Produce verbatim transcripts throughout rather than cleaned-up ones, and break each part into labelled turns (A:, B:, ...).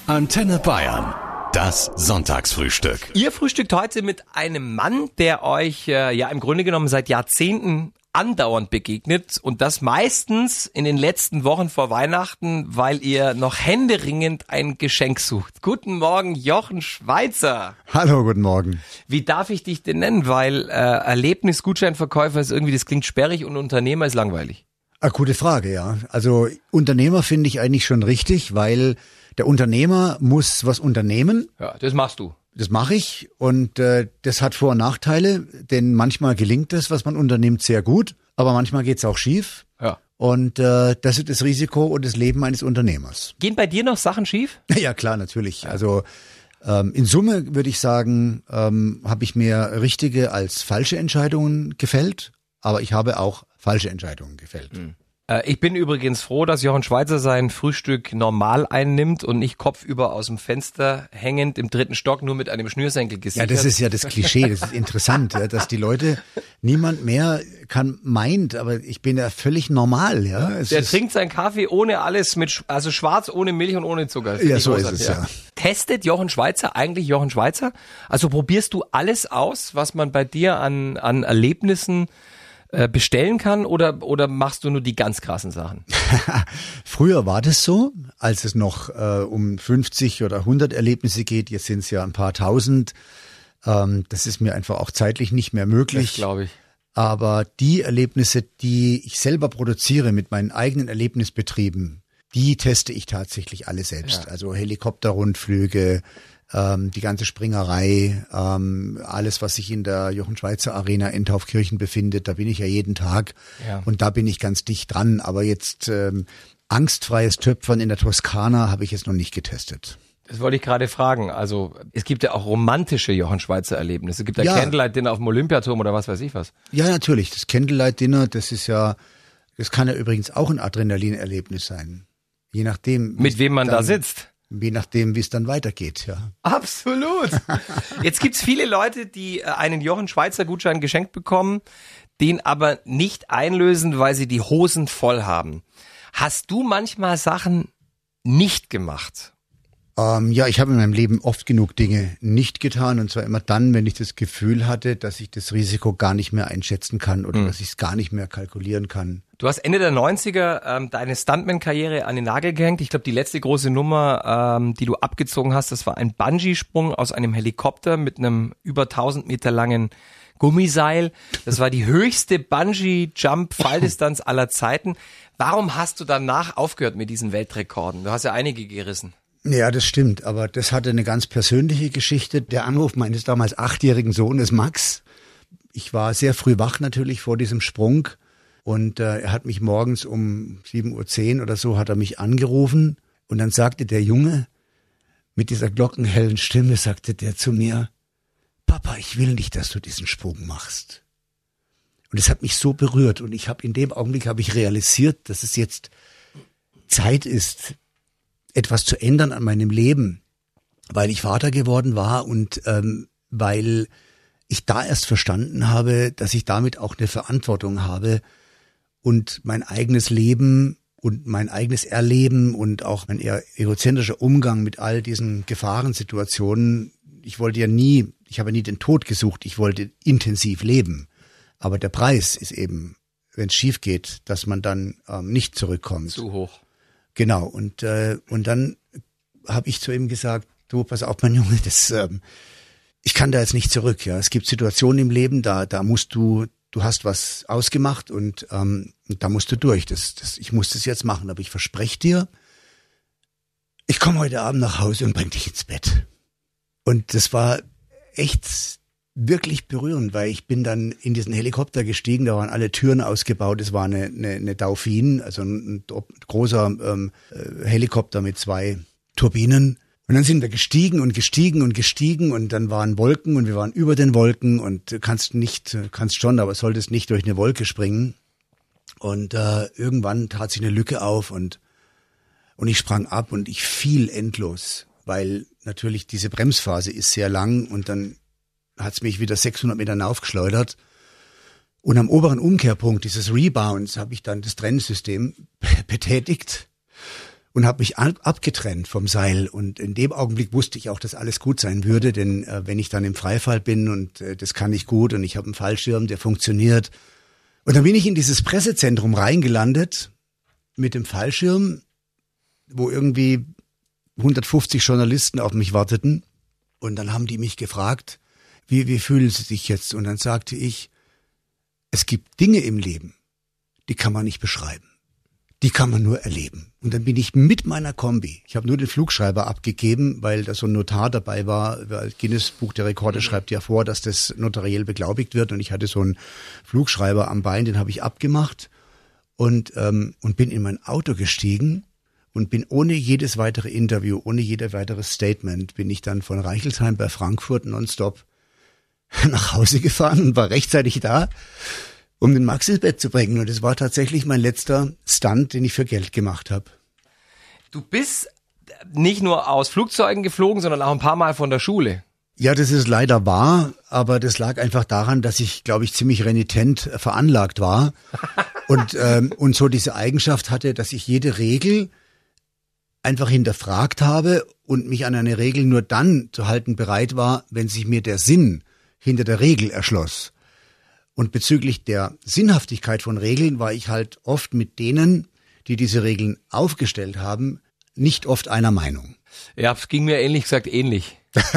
A: Antenne Bayern, das Sonntagsfrühstück.
B: Ihr frühstückt heute mit einem Mann, der euch äh, ja im Grunde genommen seit Jahrzehnten andauernd begegnet und das meistens in den letzten Wochen vor Weihnachten, weil ihr noch händeringend ein Geschenk sucht. Guten Morgen, Jochen Schweizer.
C: Hallo, guten Morgen.
B: Wie darf ich dich denn nennen? Weil äh, Erlebnis-Gutscheinverkäufer ist irgendwie, das klingt sperrig und Unternehmer ist langweilig.
C: Ah, gute Frage, ja. Also Unternehmer finde ich eigentlich schon richtig, weil der Unternehmer muss was unternehmen.
B: Ja, das machst du.
C: Das mache ich und äh, das hat Vor- und Nachteile, denn manchmal gelingt das, was man unternimmt, sehr gut, aber manchmal geht's auch schief.
B: Ja.
C: Und äh, das ist das Risiko und das Leben eines Unternehmers.
B: Gehen bei dir noch Sachen schief?
C: Ja, klar, natürlich. Also ähm, in Summe würde ich sagen, ähm, habe ich mir richtige als falsche Entscheidungen gefällt, aber ich habe auch falsche Entscheidungen gefällt.
B: Mhm. Ich bin übrigens froh, dass Jochen Schweizer sein Frühstück normal einnimmt und nicht kopfüber aus dem Fenster hängend im dritten Stock nur mit einem Schnürsenkel gesichert.
C: Ja, das ist ja das Klischee, das ist interessant, ja, dass die Leute, niemand mehr kann, meint, aber ich bin ja völlig normal. Ja. Es
B: Der
C: ist,
B: trinkt seinen Kaffee ohne alles, mit also schwarz, ohne Milch und ohne Zucker.
C: Ja, so ist es, ja.
B: Testet Jochen Schweizer eigentlich Jochen Schweizer? Also probierst du alles aus, was man bei dir an, an Erlebnissen bestellen kann oder oder machst du nur die ganz krassen Sachen?
C: Früher war das so, als es noch äh, um fünfzig oder hundert Erlebnisse geht. Jetzt sind es ja ein paar tausend. Ähm, das ist mir einfach auch zeitlich nicht mehr möglich.
B: Das glaube ich.
C: Aber die Erlebnisse, die ich selber produziere mit meinen eigenen Erlebnisbetrieben, die teste ich tatsächlich alle selbst. Ja. Also Helikopterrundflüge, ähm, die ganze Springerei, ähm, alles, was sich in der Jochen Schweizer Arena in Taufkirchen befindet, da bin ich ja jeden Tag
B: ja.
C: und da bin ich ganz dicht dran. Aber jetzt ähm, angstfreies Töpfern in der Toskana habe ich jetzt noch nicht getestet.
B: Das wollte ich gerade fragen. Also es gibt ja auch romantische Jochen Schweizer Erlebnisse. Es gibt ja, ja. Candlelight Dinner auf dem Olympiaturm oder was weiß ich was.
C: Ja, natürlich. Das Candlelight Dinner, das ist ja, das kann ja übrigens auch ein Adrenalinerlebnis sein. Je nachdem.
B: Mit wem man
C: dann,
B: da sitzt.
C: Je nachdem, wie es dann weitergeht, ja.
B: Absolut. Jetzt gibt's viele Leute, die einen Jochen Schweizer Gutschein geschenkt bekommen, den aber nicht einlösen, weil sie die Hosen voll haben. Hast du manchmal Sachen nicht gemacht?
C: Ähm, ja, ich habe in meinem Leben oft genug Dinge nicht getan und zwar immer dann, wenn ich das Gefühl hatte, dass ich das Risiko gar nicht mehr einschätzen kann oder mhm. dass ich es gar nicht mehr kalkulieren kann.
B: Du hast Ende der neunziger ähm, deine Stuntman-Karriere an den Nagel gehängt. Ich glaube, die letzte große Nummer, ähm, die du abgezogen hast, das war ein Bungee-Sprung aus einem Helikopter mit einem über tausend Meter langen Gummiseil. Das war die höchste Bungee-Jump-Falldistanz aller Zeiten. Warum hast du danach aufgehört mit diesen Weltrekorden? Du hast ja einige gerissen.
C: Ja, das stimmt, aber das hatte eine ganz persönliche Geschichte. Der Anruf meines damals achtjährigen Sohnes Max. Ich war sehr früh wach natürlich vor diesem Sprung. Und äh, er hat mich morgens um sieben Uhr zehn oder so hat er mich angerufen und dann sagte der Junge mit dieser glockenhellen Stimme, sagte der zu mir, Papa, ich will nicht, dass du diesen Sprung machst. Und es hat mich so berührt und ich habe in dem Augenblick habe ich realisiert, dass es jetzt Zeit ist, etwas zu ändern an meinem Leben, weil ich Vater geworden war und ähm, weil ich da erst verstanden habe, dass ich damit auch eine Verantwortung habe, und mein eigenes Leben und mein eigenes Erleben und auch mein eher egozentrischer Umgang mit all diesen Gefahrensituationen. Ich wollte ja nie, ich habe nie den Tod gesucht, ich wollte intensiv leben. Aber der Preis ist eben, wenn es schief geht, dass man dann ähm, nicht zurückkommt.
B: Zu hoch.
C: Genau. Und äh, und dann habe ich zu ihm gesagt, du, pass auf, mein Junge, das, ähm, ich kann da jetzt nicht zurück. Ja, es gibt Situationen im Leben, da da musst du Du hast was ausgemacht und ähm, da musst du durch. Das, das, ich muss das jetzt machen, aber ich verspreche dir, ich komme heute Abend nach Hause und bring dich ins Bett. Und das war echt wirklich berührend, weil ich bin dann in diesen Helikopter gestiegen, da waren alle Türen ausgebaut, es war eine, eine, eine Dauphine, also ein, ein großer ähm, Helikopter mit zwei Turbinen. Und dann sind wir gestiegen und gestiegen und gestiegen und dann waren Wolken und wir waren über den Wolken und du kannst nicht, kannst schon, aber solltest nicht durch eine Wolke springen. Und äh, irgendwann tat sich eine Lücke auf und und ich sprang ab und ich fiel endlos, weil natürlich diese Bremsphase ist sehr lang und dann hat's mich wieder sechshundert Meter hinaufgeschleudert. Und am oberen Umkehrpunkt dieses Rebounds habe ich dann das Trennsystem betätigt. und habe mich ab- abgetrennt vom Seil. Und in dem Augenblick wusste ich auch, dass alles gut sein würde, denn äh, wenn ich dann im Freifall bin und äh, das kann ich gut und ich habe einen Fallschirm, der funktioniert. Und dann bin ich in dieses Pressezentrum reingelandet mit dem Fallschirm, wo irgendwie hundertfünfzig Journalisten auf mich warteten. Und dann haben die mich gefragt, wie, wie fühlen Sie sich jetzt? Und dann sagte ich, es gibt Dinge im Leben, die kann man nicht beschreiben. Die kann man nur erleben. Und dann bin ich mit meiner Kombi, ich habe nur den Flugschreiber abgegeben, weil da so ein Notar dabei war, weil Guinness Buch der Rekorde schreibt ja vor, dass das notariell beglaubigt wird. Und ich hatte so einen Flugschreiber am Bein, den habe ich abgemacht und, ähm, und bin in mein Auto gestiegen und bin ohne jedes weitere Interview, ohne jeder weiteres Statement, bin ich dann von Reichelsheim bei Frankfurt nonstop nach Hause gefahren und war rechtzeitig da, um den Max ins Bett zu bringen. Und es war tatsächlich mein letzter Stunt, den ich für Geld gemacht habe.
B: Du bist nicht nur aus Flugzeugen geflogen, sondern auch ein paar Mal von der Schule.
C: Ja, das ist leider wahr, aber das lag einfach daran, dass ich, glaube ich, ziemlich renitent veranlagt war und ähm, und so diese Eigenschaft hatte, dass ich jede Regel einfach hinterfragt habe und mich an eine Regel nur dann zu halten bereit war, wenn sich mir der Sinn hinter der Regel erschloss. Und bezüglich der Sinnhaftigkeit von Regeln war ich halt oft mit denen, die diese Regeln aufgestellt haben, nicht oft einer Meinung.
B: Ja, es ging mir ehrlich gesagt ähnlich.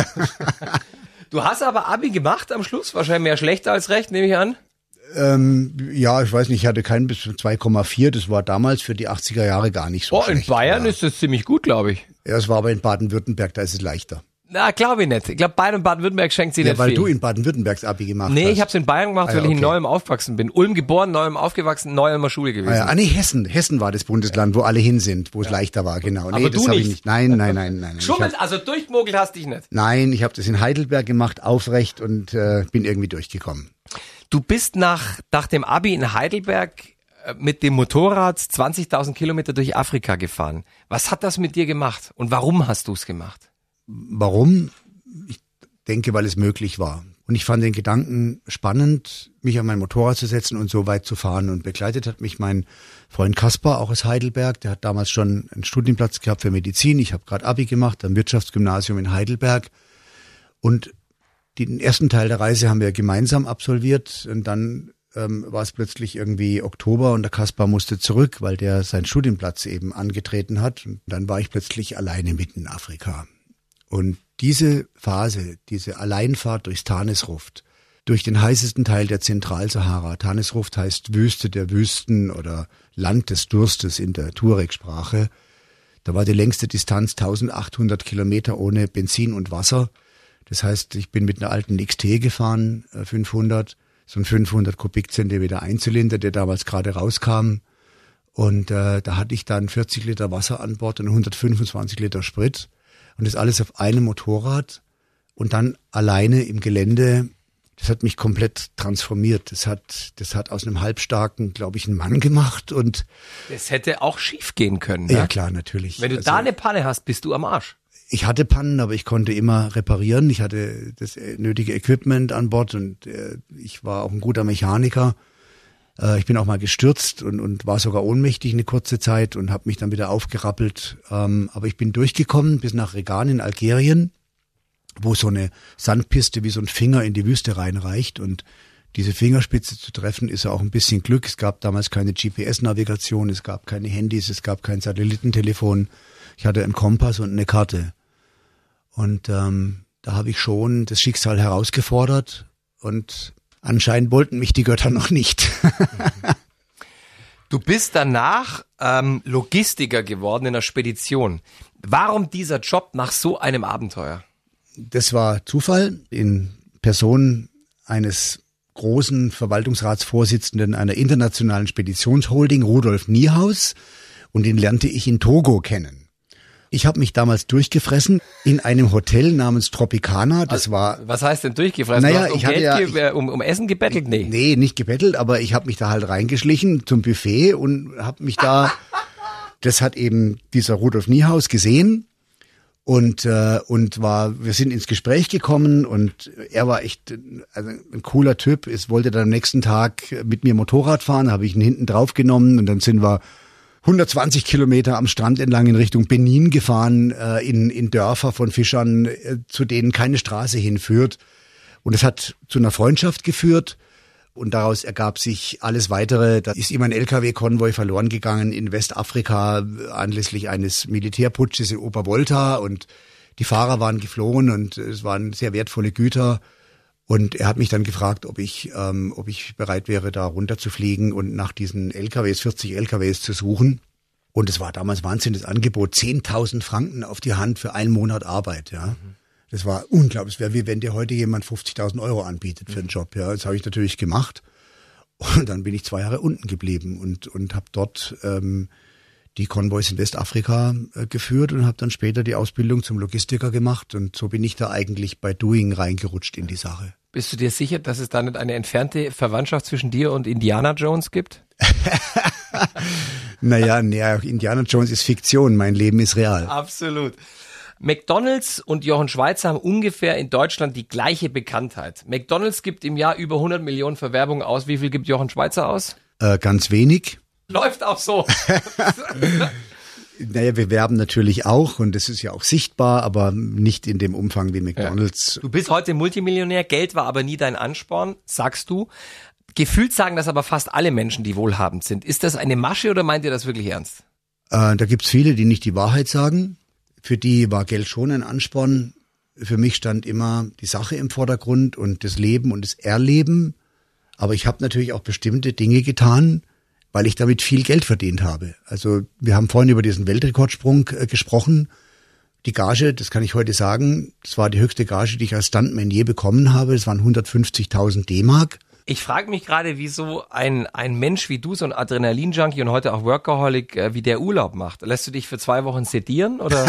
B: Du hast aber Abi gemacht am Schluss, wahrscheinlich mehr schlecht als recht, nehme ich an.
C: Ähm, ja, ich weiß nicht, ich hatte keinen bis zwei Komma vier, das war damals für die achtziger Jahre gar nicht so
B: oh,
C: schlecht.
B: In Bayern
C: ja.
B: ist das ziemlich gut, glaube ich.
C: Ja, es war aber in Baden-Württemberg, da ist es leichter.
B: Na, glaube ich nicht. Ich glaube, Bayern und Baden-Württemberg schenkt sie
C: Ja,
B: nicht
C: weil
B: viel.
C: du in Baden-Württembergs Abi gemacht
B: nee,
C: hast.
B: ich habe es in Bayern gemacht,
C: Ah,
B: weil
C: ja,
B: ich in
C: okay.
B: Neuem aufgewachsen bin. Ulm geboren, Neuem aufgewachsen, Neuemer Schule gewesen.
C: Ah, ja. ah nee, Hessen. Hessen war das Bundesland, wo alle hin sind, wo es leichter war, genau. Nee,
B: Aber
C: das
B: du
C: habe ich
B: nicht.
C: nicht. Nein, nein, nein, nein. Ich
B: Schummelt,
C: hab,
B: also durchgemogelt hast dich nicht.
C: nein, ich habe das in Heidelberg gemacht, aufrecht und äh, bin irgendwie durchgekommen.
B: Du bist nach, nach dem Abi in Heidelberg äh, mit dem Motorrad zwanzigtausend Kilometer durch Afrika gefahren. Was hat das mit dir gemacht und warum hast du es gemacht?
C: Warum? Ich denke, weil es möglich war. Und ich fand den Gedanken spannend, mich an mein Motorrad zu setzen und so weit zu fahren. Und begleitet hat mich mein Freund Kaspar, auch aus Heidelberg. Der hat damals schon einen Studienplatz gehabt für Medizin. Ich habe gerade Abi gemacht am Wirtschaftsgymnasium in Heidelberg. Und den ersten Teil der Reise haben wir gemeinsam absolviert. Und dann ähm, war es plötzlich irgendwie Oktober und der Kaspar musste zurück, weil der seinen Studienplatz eben angetreten hat. Und dann war ich plötzlich alleine mitten in Afrika. Und diese Phase, diese Alleinfahrt durchs Tanisruft, durch den heißesten Teil der Zentralsahara, Tanisruft heißt Wüste der Wüsten oder Land des Durstes in der Tuareg-Sprache, da war die längste Distanz eintausendachthundert Kilometer ohne Benzin und Wasser. Das heißt, ich bin mit einer alten X T gefahren, fünfhundert, so ein fünfhundert Kubikzentimeter Einzylinder, der damals gerade rauskam. Und äh, da hatte ich dann vierzig Liter Wasser an Bord und hundertfünfundzwanzig Liter Sprit. Und das alles auf einem Motorrad und dann alleine im Gelände. Das hat mich komplett transformiert. Das hat, das hat aus einem halbstarken, glaube ich, einen Mann gemacht und.
B: Das hätte auch schief gehen können.
C: Ja,
B: ne?
C: klar, natürlich.
B: Wenn du
C: also,
B: da eine Panne hast, bist du am Arsch.
C: Ich hatte Pannen, aber ich konnte immer reparieren. Ich hatte das nötige Equipment an Bord und äh, ich war auch ein guter Mechaniker. Äh, ich bin auch mal gestürzt und, und war sogar ohnmächtig eine kurze Zeit und habe mich dann wieder aufgerappelt. Ähm, aber ich bin durchgekommen bis nach Regan in Algerien, wo so eine Sandpiste wie so ein Finger in die Wüste reinreicht. Und diese Fingerspitze zu treffen, ist ja auch ein bisschen Glück. Es gab damals keine G P S-Navigation, es gab keine Handys, es gab kein Satellitentelefon. Ich hatte einen Kompass und eine Karte. Und ähm, da habe ich schon das Schicksal herausgefordert und anscheinend wollten mich die Götter noch nicht.
B: Du bist danach ähm, Logistiker geworden in der Spedition. Warum dieser Job nach so einem Abenteuer?
C: Das war Zufall in Person eines großen Verwaltungsratsvorsitzenden einer internationalen Speditionsholding, Rudolf Niehaus, und den lernte ich in Togo kennen. Ich habe mich damals durchgefressen in einem Hotel namens Tropicana. Das war.
B: Was heißt denn durchgefressen?
C: Naja,
B: du hast um
C: ich hatte
B: Geld
C: ja,
B: ge- äh, um, um Essen gebettelt? Nee.
C: Nee, nicht gebettelt, aber ich habe mich da halt reingeschlichen zum Buffet und habe mich da. Das hat eben dieser Rudolf Niehaus gesehen und äh, und war. Wir sind ins Gespräch gekommen und er war echt also ein cooler Typ. Es wollte dann am nächsten Tag mit mir Motorrad fahren, habe ich ihn hinten drauf genommen und dann sind wir hundertzwanzig Kilometer am Strand entlang in Richtung Benin gefahren, äh, in, in Dörfer von Fischern, äh, zu denen keine Straße hinführt. Und es hat zu einer Freundschaft geführt. Und daraus ergab sich alles Weitere. Da ist immer ein L K W-Konvoi verloren gegangen in Westafrika anlässlich eines Militärputsches in Obervolta. Und die Fahrer waren geflohen und es waren sehr wertvolle Güter. Und er hat mich dann gefragt, ob ich, ähm, ob ich bereit wäre, da runterzufliegen und nach diesen L K Ws, vierzig L K Ws zu suchen. Und es war damals wahnsinniges Angebot, zehntausend Franken auf die Hand für einen Monat Arbeit, ja. Mhm. Das war unglaublich. Es wäre wie wenn dir heute jemand fünfzigtausend Euro anbietet für einen Job. Ja, das habe ich natürlich gemacht. Und dann bin ich zwei Jahre unten geblieben und und habe dort ähm, die Konvois in Westafrika äh, geführt und habe dann später die Ausbildung zum Logistiker gemacht. Und so bin ich da eigentlich bei Doing reingerutscht in die Sache.
B: Bist du dir sicher, dass es da nicht eine entfernte Verwandtschaft zwischen dir und Indiana Jones gibt?
C: Naja, nee, Indiana Jones ist Fiktion, mein Leben ist real.
B: Absolut. McDonald's und Jochen Schweizer haben ungefähr in Deutschland die gleiche Bekanntheit. McDonald's gibt im Jahr über hundert Millionen für Werbung aus. Wie viel gibt Jochen Schweizer aus?
C: Äh, ganz wenig.
B: Läuft auch so.
C: Naja, wir werben natürlich auch und das ist ja auch sichtbar, aber nicht in dem Umfang wie McDonald's.
B: Ja. Du bist heute Multimillionär, Geld war aber nie dein Ansporn, sagst du. Gefühlt sagen das aber fast alle Menschen, die wohlhabend sind. Ist das eine Masche oder meint ihr das wirklich ernst?
C: Äh, da gibt's viele, die nicht die Wahrheit sagen. Für die war Geld schon ein Ansporn. Für mich stand immer die Sache im Vordergrund und das Leben und das Erleben. Aber ich habe natürlich auch bestimmte Dinge getan, weil ich damit viel Geld verdient habe. Also wir haben vorhin über diesen Weltrekordsprung äh, gesprochen. Die Gage, das kann ich heute sagen, das war die höchste Gage, die ich als Stuntman je bekommen habe. Das waren hundertfünfzigtausend D-Mark.
B: Ich frage mich gerade, wieso ein ein Mensch wie du, so ein Adrenalin-Junkie und heute auch Workaholic, äh, wie der Urlaub macht. Lässt du dich für zwei Wochen sedieren oder?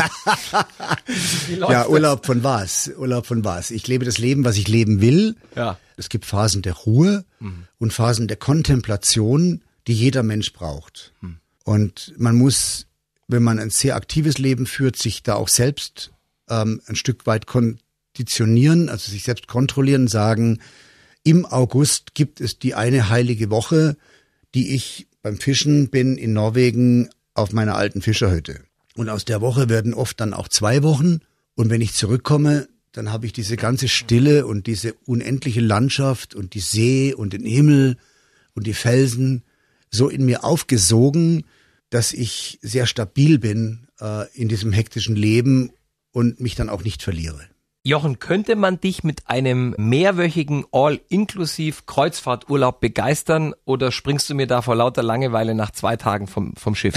C: Ja, Urlaub das? Von was? Urlaub von was? Ich lebe das Leben, was ich leben will.
B: Ja.
C: Es gibt Phasen der Ruhe mhm. und Phasen der Kontemplation, die jeder Mensch braucht. Mhm. Und man muss, wenn man ein sehr aktives Leben führt, sich da auch selbst ähm, ein Stück weit konditionieren, also sich selbst kontrollieren, sagen, im August gibt es die eine heilige Woche, die ich beim Fischen bin in Norwegen auf meiner alten Fischerhütte. Und aus der Woche werden oft dann auch zwei Wochen. Und wenn ich zurückkomme, dann habe ich diese ganze Stille und diese unendliche Landschaft und die See und den Himmel und die Felsen so in mir aufgesogen, dass ich sehr stabil bin äh, in diesem hektischen Leben und mich dann auch nicht verliere.
B: Jochen, könnte man dich mit einem mehrwöchigen All-Inklusiv-Kreuzfahrturlaub begeistern oder springst du mir da vor lauter Langeweile nach zwei Tagen vom, vom Schiff?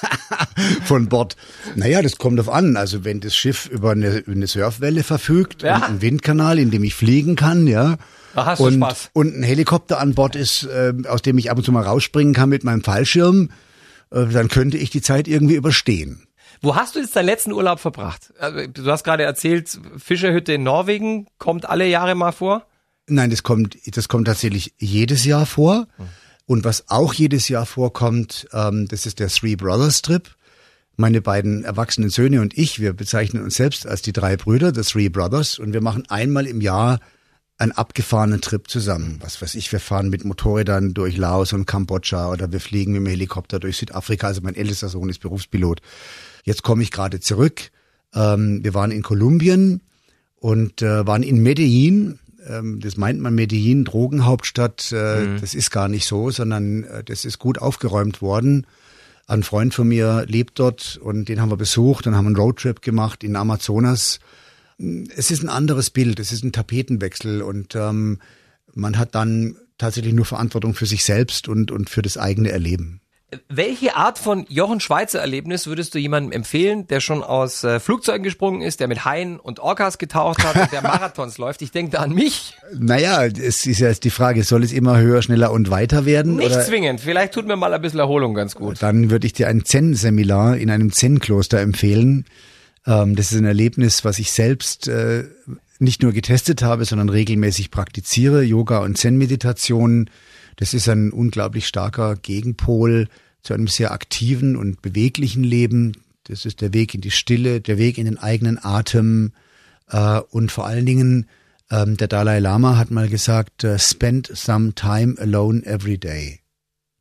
C: Von Bord. Naja, das kommt drauf an. Also wenn das Schiff über eine, eine Surfwelle verfügt ja. und einen Windkanal, in dem ich fliegen kann, ja.
B: Da hast
C: und,
B: du Spaß.
C: Und ein Helikopter an Bord ist, äh, aus dem ich ab und zu mal rausspringen kann mit meinem Fallschirm, äh, dann könnte ich die Zeit irgendwie überstehen.
B: Wo hast du jetzt deinen letzten Urlaub verbracht? Also, du hast gerade erzählt, Fischerhütte in Norwegen kommt alle Jahre mal vor?
C: Nein, das kommt, das kommt tatsächlich jedes Jahr vor. Hm. Und was auch jedes Jahr vorkommt, ähm, das ist der Three Brothers Trip. Meine beiden erwachsenen Söhne und ich, wir bezeichnen uns selbst als die drei Brüder, the Three Brothers. Und wir machen einmal im Jahr einen abgefahrenen Trip zusammen. Was weiß ich, wir fahren mit Motorrädern durch Laos und Kambodscha oder wir fliegen mit dem Helikopter durch Südafrika. Also mein ältester Sohn ist Berufspilot. Jetzt komme ich gerade zurück. Ähm, wir waren in Kolumbien und äh, waren in Medellin. Ähm, das meint man Medellin, Drogenhauptstadt. Äh, mhm. Das ist gar nicht so, sondern äh, das ist gut aufgeräumt worden. Ein Freund von mir lebt dort und den haben wir besucht und haben einen Roadtrip gemacht in Amazonas. Es ist ein anderes Bild, es ist ein Tapetenwechsel und ähm, man hat dann tatsächlich nur Verantwortung für sich selbst und, und für das eigene Erleben.
B: Welche Art von Jochen Schweizer Erlebnis würdest du jemandem empfehlen, der schon aus äh, Flugzeugen gesprungen ist, der mit Haien und Orcas getaucht hat und der Marathons läuft? Ich denke da an mich.
C: Naja, es ist ja jetzt die Frage, soll es immer höher, schneller und weiter werden?
B: Nicht
C: oder?
B: Zwingend, vielleicht tut mir mal ein bisschen Erholung ganz gut.
C: Dann würde ich dir ein Zen-Seminar in einem Zen-Kloster empfehlen. Ähm, das ist ein Erlebnis, was ich selbst äh, nicht nur getestet habe, sondern regelmäßig praktiziere, Yoga und Zen-Meditation. Das ist ein unglaublich starker Gegenpol zu einem sehr aktiven und beweglichen Leben. Das ist der Weg in die Stille, der Weg in den eigenen Atem äh, und vor allen Dingen, ähm, der Dalai Lama hat mal gesagt, uh, spend some time alone every day.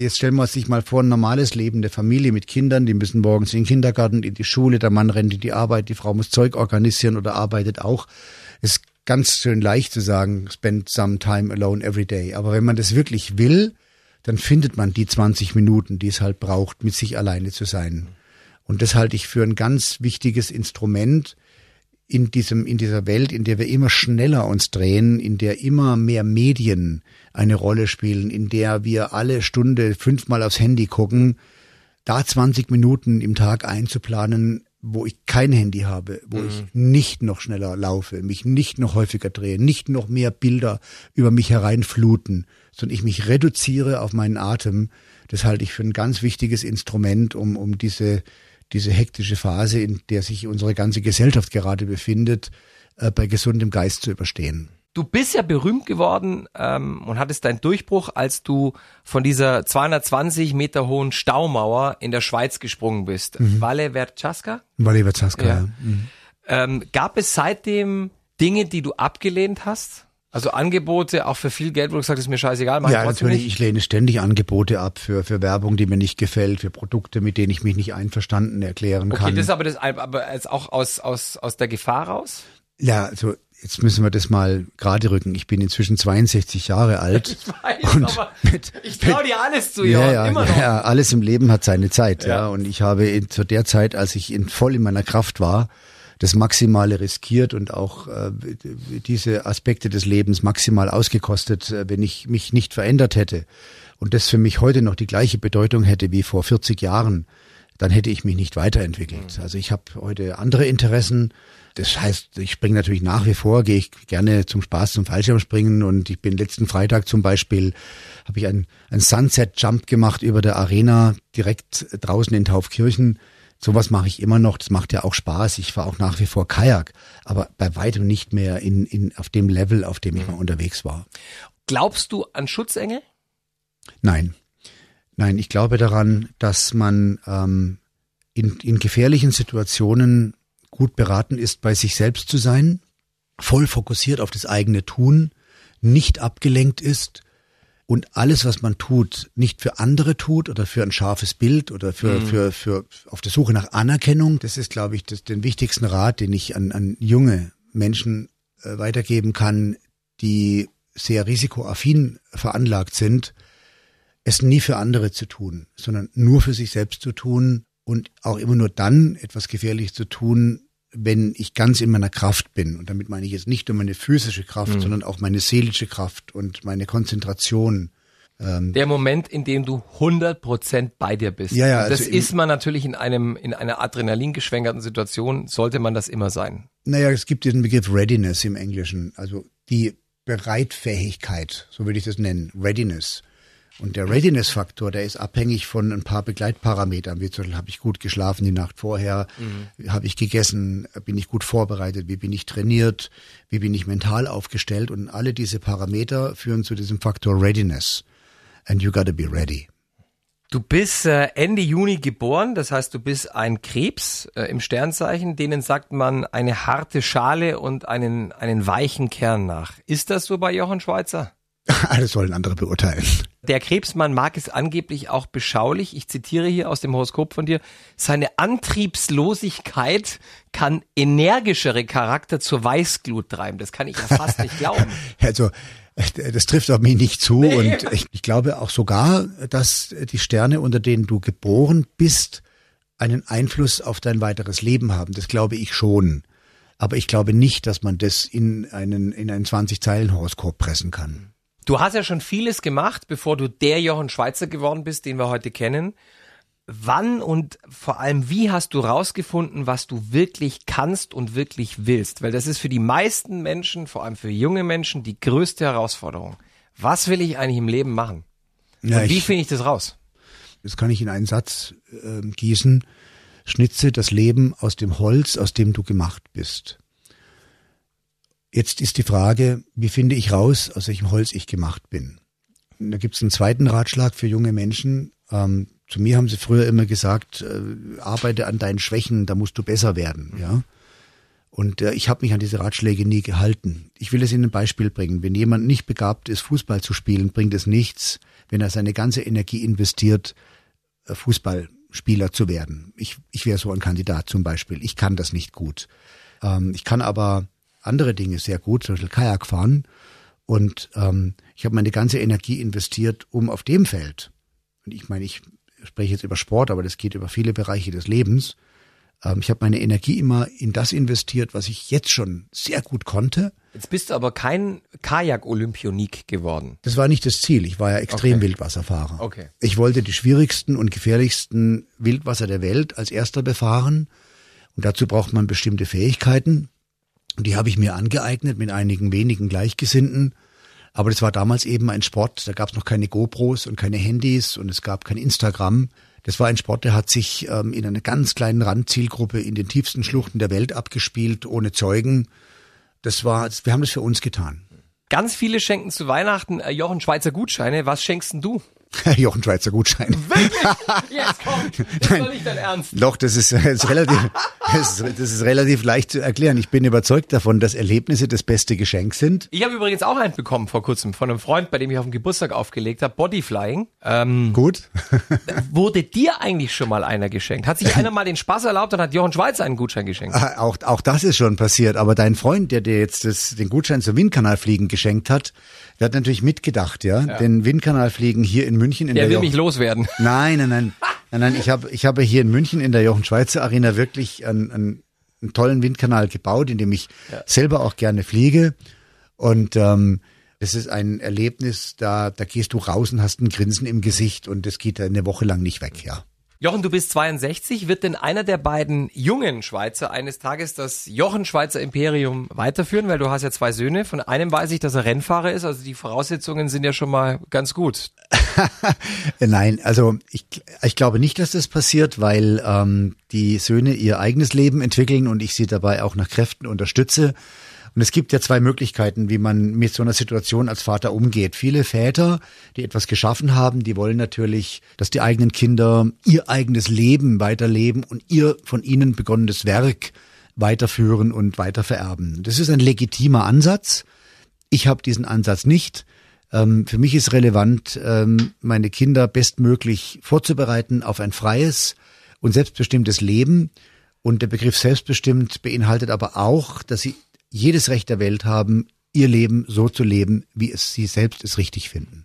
C: Jetzt stellen wir sich mal vor, ein normales Leben der Familie mit Kindern, die müssen morgens in den Kindergarten, in die Schule, der Mann rennt in die Arbeit, die Frau muss Zeug organisieren oder arbeitet auch. Es ist ganz schön leicht zu sagen, spend some time alone every day. Aber wenn man das wirklich will, dann findet man die zwanzig Minuten, die es halt braucht, mit sich alleine zu sein. Und das halte ich für ein ganz wichtiges Instrument in diesem, in dieser Welt, in der wir immer schneller uns drehen, in der immer mehr Medien eine Rolle spielen, in der wir alle Stunde fünfmal aufs Handy gucken, da zwanzig Minuten im Tag einzuplanen, wo ich kein Handy habe, wo mhm. ich nicht noch schneller laufe, mich nicht noch häufiger drehe, nicht noch mehr Bilder über mich hereinfluten, sondern ich mich reduziere auf meinen Atem. Das halte ich für ein ganz wichtiges Instrument, um, um diese diese hektische Phase, in der sich unsere ganze Gesellschaft gerade befindet, äh, bei gesundem Geist zu überstehen.
B: Du bist ja berühmt geworden ähm, und hattest deinen Durchbruch, als du von dieser zweihundertzwanzig Meter hohen Staumauer in der Schweiz gesprungen bist. Mhm. Valle Vercasca?
C: Valle Vercasca, ja.
B: ja. Mhm. Ähm, gab es seitdem Dinge, die du abgelehnt hast? Also Angebote auch für viel Geld, wo du gesagt hast, ist mir scheißegal. Mach
C: ja, natürlich, nicht. Ich lehne ständig Angebote ab für für Werbung, die mir nicht gefällt, für Produkte, mit denen ich mich nicht einverstanden erklären
B: okay,
C: kann. Okay,
B: das ist aber das, aber jetzt auch aus aus aus der Gefahr raus?
C: Ja, also jetzt müssen wir das mal gerade rücken. Ich bin inzwischen zweiundsechzig Jahre alt.
B: Ich weiß, und aber mit, ich traue dir alles zu,
C: ja,
B: ja, immer noch.
C: Ja, alles im Leben hat seine Zeit, ja.
B: ja.
C: Und ich habe in, zu der Zeit, als ich in, voll in meiner Kraft war, das Maximale riskiert und auch äh, diese Aspekte des Lebens maximal ausgekostet, äh, wenn ich mich nicht verändert hätte und das für mich heute noch die gleiche Bedeutung hätte wie vor vierzig Jahren, dann hätte ich mich nicht weiterentwickelt. Also ich habe heute andere Interessen. Das heißt, ich springe natürlich nach wie vor, gehe ich gerne zum Spaß zum Fallschirmspringen und ich bin letzten Freitag zum Beispiel, habe ich einen, einen Sunset-Jump gemacht über der Arena direkt draußen in Taufkirchen. Sowas mache ich immer noch, das macht ja auch Spaß. Ich fahre auch nach wie vor Kajak, aber bei weitem nicht mehr in, in, auf dem Level, auf dem ich mal unterwegs war.
B: Glaubst du an Schutzengel?
C: Nein. Nein, ich glaube daran, dass man ähm, in, in gefährlichen Situationen gut beraten ist, bei sich selbst zu sein, voll fokussiert auf das eigene Tun, nicht abgelenkt ist, und alles, was man tut, nicht für andere tut oder für ein scharfes Bild oder für, mhm. für, für auf der Suche nach Anerkennung. Das ist, glaube ich, das, den wichtigsten Rat, den ich an, an junge Menschen äh, weitergeben kann, die sehr risikoaffin veranlagt sind, es nie für andere zu tun, sondern nur für sich selbst zu tun und auch immer nur dann etwas Gefährliches zu tun, wenn ich ganz in meiner Kraft bin. Und damit meine ich jetzt nicht nur meine physische Kraft, mhm. sondern auch meine seelische Kraft und meine Konzentration.
B: Ähm Der Moment, in dem du hundert Prozent bei dir bist.
C: Ja, ja,
B: das
C: also
B: ist man natürlich in einem in einer adrenalingeschwängerten Situation, sollte man das immer sein.
C: Naja, es gibt diesen Begriff Readiness im Englischen, also die Bereitfähigkeit, so würde ich das nennen, Readiness. Und der Readiness-Faktor, der ist abhängig von ein paar Begleitparametern, wie zum Beispiel, habe ich gut geschlafen die Nacht vorher, mhm. habe ich gegessen, bin ich gut vorbereitet, wie bin ich trainiert, wie bin ich mental aufgestellt, und alle diese Parameter führen zu diesem Faktor Readiness. And you gotta be ready.
B: Du bist äh, Ende Juni geboren, das heißt, du bist ein Krebs äh, im Sternzeichen, denen sagt man eine harte Schale und einen, einen weichen Kern nach. Ist das so bei Jochen Schweizer?
C: Alles sollen andere beurteilen.
B: Der Krebsmann mag es angeblich auch beschaulich, ich zitiere hier aus dem Horoskop von dir, seine Antriebslosigkeit kann energischere Charakter zur Weißglut treiben. Das kann ich ja fast nicht glauben.
C: Also, das trifft auf mich nicht zu, nee. Und ich, ich glaube auch sogar, dass die Sterne, unter denen du geboren bist, einen Einfluss auf dein weiteres Leben haben. Das glaube ich schon. Aber ich glaube nicht, dass man das in einen, in ein zwanzig-Zeilen-Horoskop pressen kann.
B: Du hast ja schon vieles gemacht, bevor du der Jochen Schweizer geworden bist, den wir heute kennen. Wann und vor allem wie hast du rausgefunden, was du wirklich kannst und wirklich willst? Weil das ist für die meisten Menschen, vor allem für junge Menschen, die größte Herausforderung. Was will ich eigentlich im Leben machen? Ja, und wie finde ich das raus?
C: Das kann ich in einen Satz äh, gießen. Schnitze das Leben aus dem Holz, aus dem du gemacht bist. Jetzt ist die Frage, wie finde ich raus, aus welchem Holz ich gemacht bin? Da gibt es einen zweiten Ratschlag für junge Menschen. Ähm, zu mir haben sie früher immer gesagt, äh, arbeite an deinen Schwächen, da musst du besser werden. Ja. Und äh, ich habe mich an diese Ratschläge nie gehalten. Ich will es Ihnen ein Beispiel bringen. Wenn jemand nicht begabt ist, Fußball zu spielen, bringt es nichts, wenn er seine ganze Energie investiert, äh, Fußballspieler zu werden. Ich, ich wäre so ein Kandidat zum Beispiel. Ich kann das nicht gut. Ähm, ich kann aber andere Dinge sehr gut, zum Beispiel Kajak fahren. Und ähm, ich habe meine ganze Energie investiert, um auf dem Feld, und ich meine, ich spreche jetzt über Sport, aber das geht über viele Bereiche des Lebens. Ähm, ich habe meine Energie immer in das investiert, was ich jetzt schon sehr gut konnte.
B: Jetzt bist du aber kein Kajak-Olympionik geworden.
C: Das war nicht das Ziel. Ich war ja extrem
B: Okay.
C: Wildwasserfahrer.
B: Okay.
C: Ich wollte die schwierigsten und gefährlichsten Wildwasser der Welt als erster befahren. Und dazu braucht man bestimmte Fähigkeiten. Und die habe ich mir angeeignet mit einigen wenigen Gleichgesinnten. Aber das war damals eben ein Sport, da gab es noch keine GoPros und keine Handys und es gab kein Instagram. Das war ein Sport, der hat sich ähm, in einer ganz kleinen Randzielgruppe in den tiefsten Schluchten der Welt abgespielt, ohne Zeugen. Das war, wir haben das für uns getan.
B: Ganz viele schenken zu Weihnachten äh, Jochen Schweizer Gutscheine. Was schenkst denn du?
C: Jochen Schweizer Gutschein.
B: Wirklich? Jetzt komm, das ist doch nicht dein Ernst.
C: Doch, das ist, das ist relativ, das ist, das ist relativ leicht zu erklären. Ich bin überzeugt davon, dass Erlebnisse das beste Geschenk sind.
B: Ich habe übrigens auch einen bekommen vor kurzem von einem Freund, bei dem ich auf dem Geburtstag aufgelegt habe, Bodyflying. Ähm,
C: Gut.
B: wurde dir eigentlich schon mal einer geschenkt? Hat sich einer mal den Spaß erlaubt und hat Jochen Schweizer einen Gutschein geschenkt?
C: Auch, auch das ist schon passiert. Aber dein Freund, der dir jetzt das, den Gutschein zum Windkanalfliegen geschenkt hat, der hat natürlich mitgedacht, ja.
B: Ja.
C: Den Windkanalfliegen hier in München in
B: Der
C: der
B: will
C: Jochen-
B: mich loswerden.
C: Nein, nein, nein. Nein, nein, ich habe ich habe hier in München in der Jochen Schweizer Arena wirklich einen, einen, einen tollen Windkanal gebaut, in dem ich
B: Ja.
C: selber auch gerne fliege. Und ähm, das ist ein Erlebnis, da da gehst du raus und hast ein Grinsen im Gesicht und das geht eine Woche lang nicht weg, ja.
B: Jochen, du bist zweiundsechzig. Wird denn einer der beiden jungen Schweizer eines Tages das Jochen Schweizer Imperium weiterführen? Weil du hast ja zwei Söhne. Von einem weiß ich, dass er Rennfahrer ist. Also die Voraussetzungen sind ja schon mal ganz gut.
C: Nein, also ich, ich glaube nicht, dass das passiert, weil ähm, die Söhne ihr eigenes Leben entwickeln und ich sie dabei auch nach Kräften unterstütze. Und es gibt ja zwei Möglichkeiten, wie man mit so einer Situation als Vater umgeht. Viele Väter, die etwas geschaffen haben, die wollen natürlich, dass die eigenen Kinder ihr eigenes Leben weiterleben und ihr von ihnen begonnenes Werk weiterführen und weitervererben. Das ist ein legitimer Ansatz. Ich habe diesen Ansatz nicht. Ähm, für mich ist relevant, ähm, meine Kinder bestmöglich vorzubereiten auf ein freies und selbstbestimmtes Leben. Und der Begriff selbstbestimmt beinhaltet aber auch, dass sie jedes Recht der Welt haben, ihr Leben so zu leben, wie es sie selbst es richtig finden.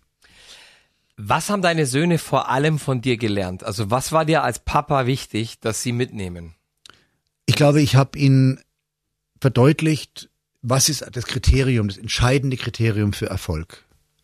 B: Was haben deine Söhne vor allem von dir gelernt? Also was war dir als Papa wichtig, dass sie mitnehmen?
C: Ich glaube, ich habe ihnen verdeutlicht, was ist das Kriterium, das entscheidende Kriterium für Erfolg.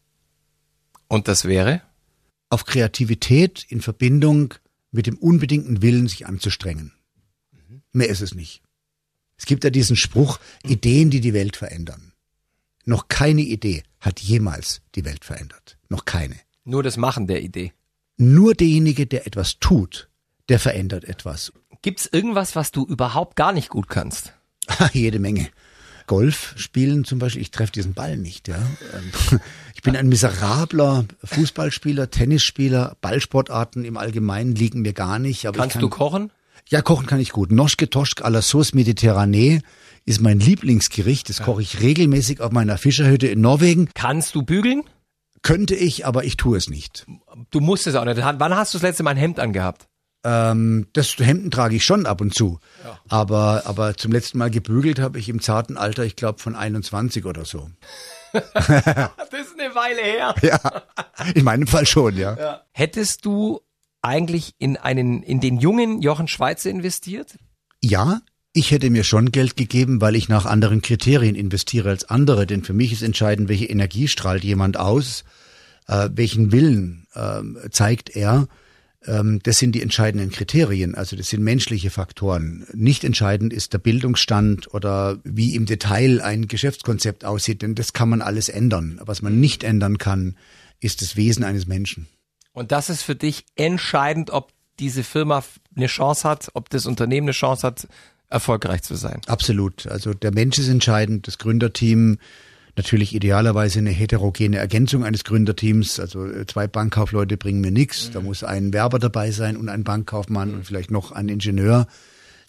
B: Und das wäre?
C: Auf Kreativität in Verbindung mit dem unbedingten Willen, sich anzustrengen. Mehr ist es nicht. Es gibt ja diesen Spruch, Ideen, die die Welt verändern. Noch keine Idee hat jemals die Welt verändert. Noch keine.
B: Nur das Machen der Idee.
C: Nur derjenige, der etwas tut, der verändert etwas.
B: Gibt's irgendwas, was du überhaupt gar nicht gut kannst?
C: Jede Menge. Golf spielen zum Beispiel, ich treffe diesen Ball nicht. Ja. Ich bin ein miserabler Fußballspieler, Tennisspieler, Ballsportarten im Allgemeinen liegen mir gar nicht. Aber
B: Kannst
C: ich kann,
B: du kochen?
C: Ja, kochen kann ich gut. Noschke Toschk à la Sauce Mediterranee ist mein Lieblingsgericht. Das koche ich regelmäßig auf meiner Fischerhütte in Norwegen.
B: Kannst du bügeln?
C: Könnte ich, aber ich tue es nicht.
B: Du musst es auch nicht. Wann hast du das letzte Mal ein Hemd angehabt?
C: Ähm, das Hemden trage ich schon ab und zu.
B: Ja.
C: Aber, aber zum letzten Mal gebügelt habe ich im zarten Alter, ich glaube, von einundzwanzig oder so.
B: Das ist eine Weile her.
C: Ja, in meinem Fall schon, ja.
B: Ja. Hättest du eigentlich in einen, in den jungen Jochen Schweizer investiert?
C: Ja, ich hätte mir schon Geld gegeben, weil ich nach anderen Kriterien investiere als andere. Denn für mich ist entscheidend, welche Energie strahlt jemand aus, äh, welchen Willen äh, zeigt er. Ähm, das sind die entscheidenden Kriterien. Also das sind menschliche Faktoren. Nicht entscheidend ist der Bildungsstand oder wie im Detail ein Geschäftskonzept aussieht. Denn das kann man alles ändern. Was man nicht ändern kann, ist das Wesen eines Menschen.
B: Und das ist für dich entscheidend, ob diese Firma eine Chance hat, ob das Unternehmen eine Chance hat, erfolgreich zu sein.
C: Absolut. Also der Mensch ist entscheidend, das Gründerteam, natürlich idealerweise eine heterogene Ergänzung eines Gründerteams. Also zwei Bankkaufleute bringen mir nichts. Mhm. Da muss ein Werber dabei sein und ein Bankkaufmann mhm. und vielleicht noch ein Ingenieur.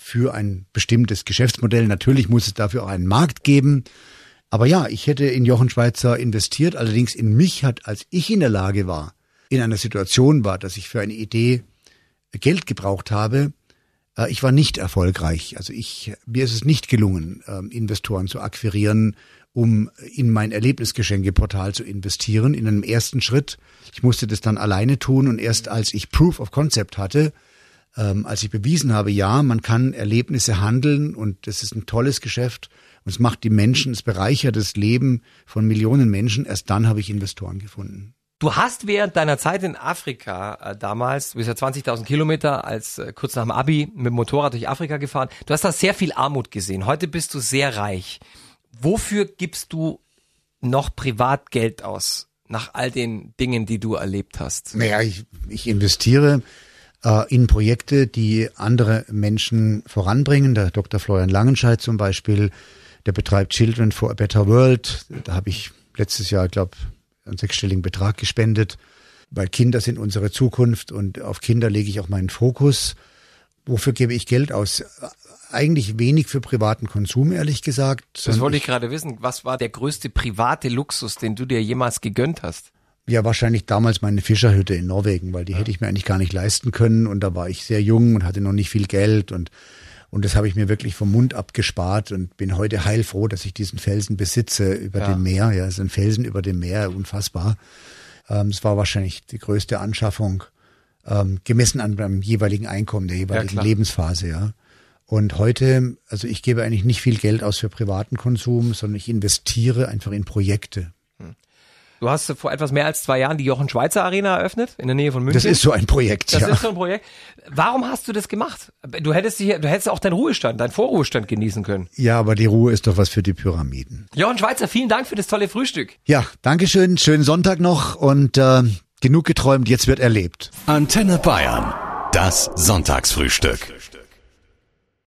C: für ein bestimmtes Geschäftsmodell. Natürlich muss es dafür auch einen Markt geben. Aber ja, ich hätte in Jochen Schweizer investiert, allerdings in mich hat, als ich in der Lage war, in einer Situation war, dass ich für eine Idee Geld gebraucht habe, äh, ich war nicht erfolgreich. Also ich, mir ist es nicht gelungen, äh, Investoren zu akquirieren, um in mein Erlebnisgeschenkeportal zu investieren, in einem ersten Schritt. Ich musste das dann alleine tun und erst als ich Proof of Concept hatte, ähm, als ich bewiesen habe, ja, man kann Erlebnisse handeln und das ist ein tolles Geschäft und es macht die Menschen, es bereichert das Leben von Millionen Menschen, erst dann habe ich Investoren gefunden.
B: Du hast während deiner Zeit in Afrika äh, damals, du bist ja zwanzigtausend Kilometer als äh, kurz nach dem Abi mit dem Motorrad durch Afrika gefahren. Du hast da sehr viel Armut gesehen. Heute bist du sehr reich. Wofür gibst du noch privat Geld aus, nach all den Dingen, die du erlebt hast?
C: Naja, ich, ich investiere äh, in Projekte, die andere Menschen voranbringen. Der Doktor Florian Langenscheidt zum Beispiel, der betreibt Children for a Better World. Da habe ich letztes Jahr, glaube ich, einen sechsstelligen Betrag gespendet, weil Kinder sind unsere Zukunft und auf Kinder lege ich auch meinen Fokus. Wofür gebe ich Geld aus? Eigentlich wenig für privaten Konsum, ehrlich gesagt.
B: Das wollte ich gerade wissen. Was war der größte private Luxus, den du dir jemals gegönnt hast?
C: Ja, wahrscheinlich damals meine Fischerhütte in Norwegen, weil die ja. hätte ich mir eigentlich gar nicht leisten können und da war ich sehr jung und hatte noch nicht viel Geld und Und das habe ich mir wirklich vom Mund abgespart und bin heute heilfroh, dass ich diesen Felsen besitze über ja. dem Meer. Ja, es ist ein Felsen über dem Meer, unfassbar. Ähm, es war wahrscheinlich die größte Anschaffung, ähm, gemessen an meinem jeweiligen Einkommen, der jeweiligen ja, Lebensphase, ja. Und heute, also ich gebe eigentlich nicht viel Geld aus für privaten Konsum, sondern ich investiere einfach in Projekte.
B: Du hast vor etwas mehr als zwei Jahren die Jochen Schweizer Arena eröffnet, in der Nähe von München.
C: Das ist so ein Projekt,
B: das
C: ja.
B: Das ist so ein Projekt. Warum hast du das gemacht? Du hättest hier, du hättest auch deinen Ruhestand, deinen Vorruhestand genießen können.
C: Ja, aber die Ruhe ist doch was für die Pyramiden.
B: Jochen Schweizer, vielen Dank für das tolle Frühstück.
C: Ja, dankeschön, schönen Sonntag noch und äh, genug geträumt, jetzt wird erlebt.
A: Antenne Bayern, das Sonntagsfrühstück.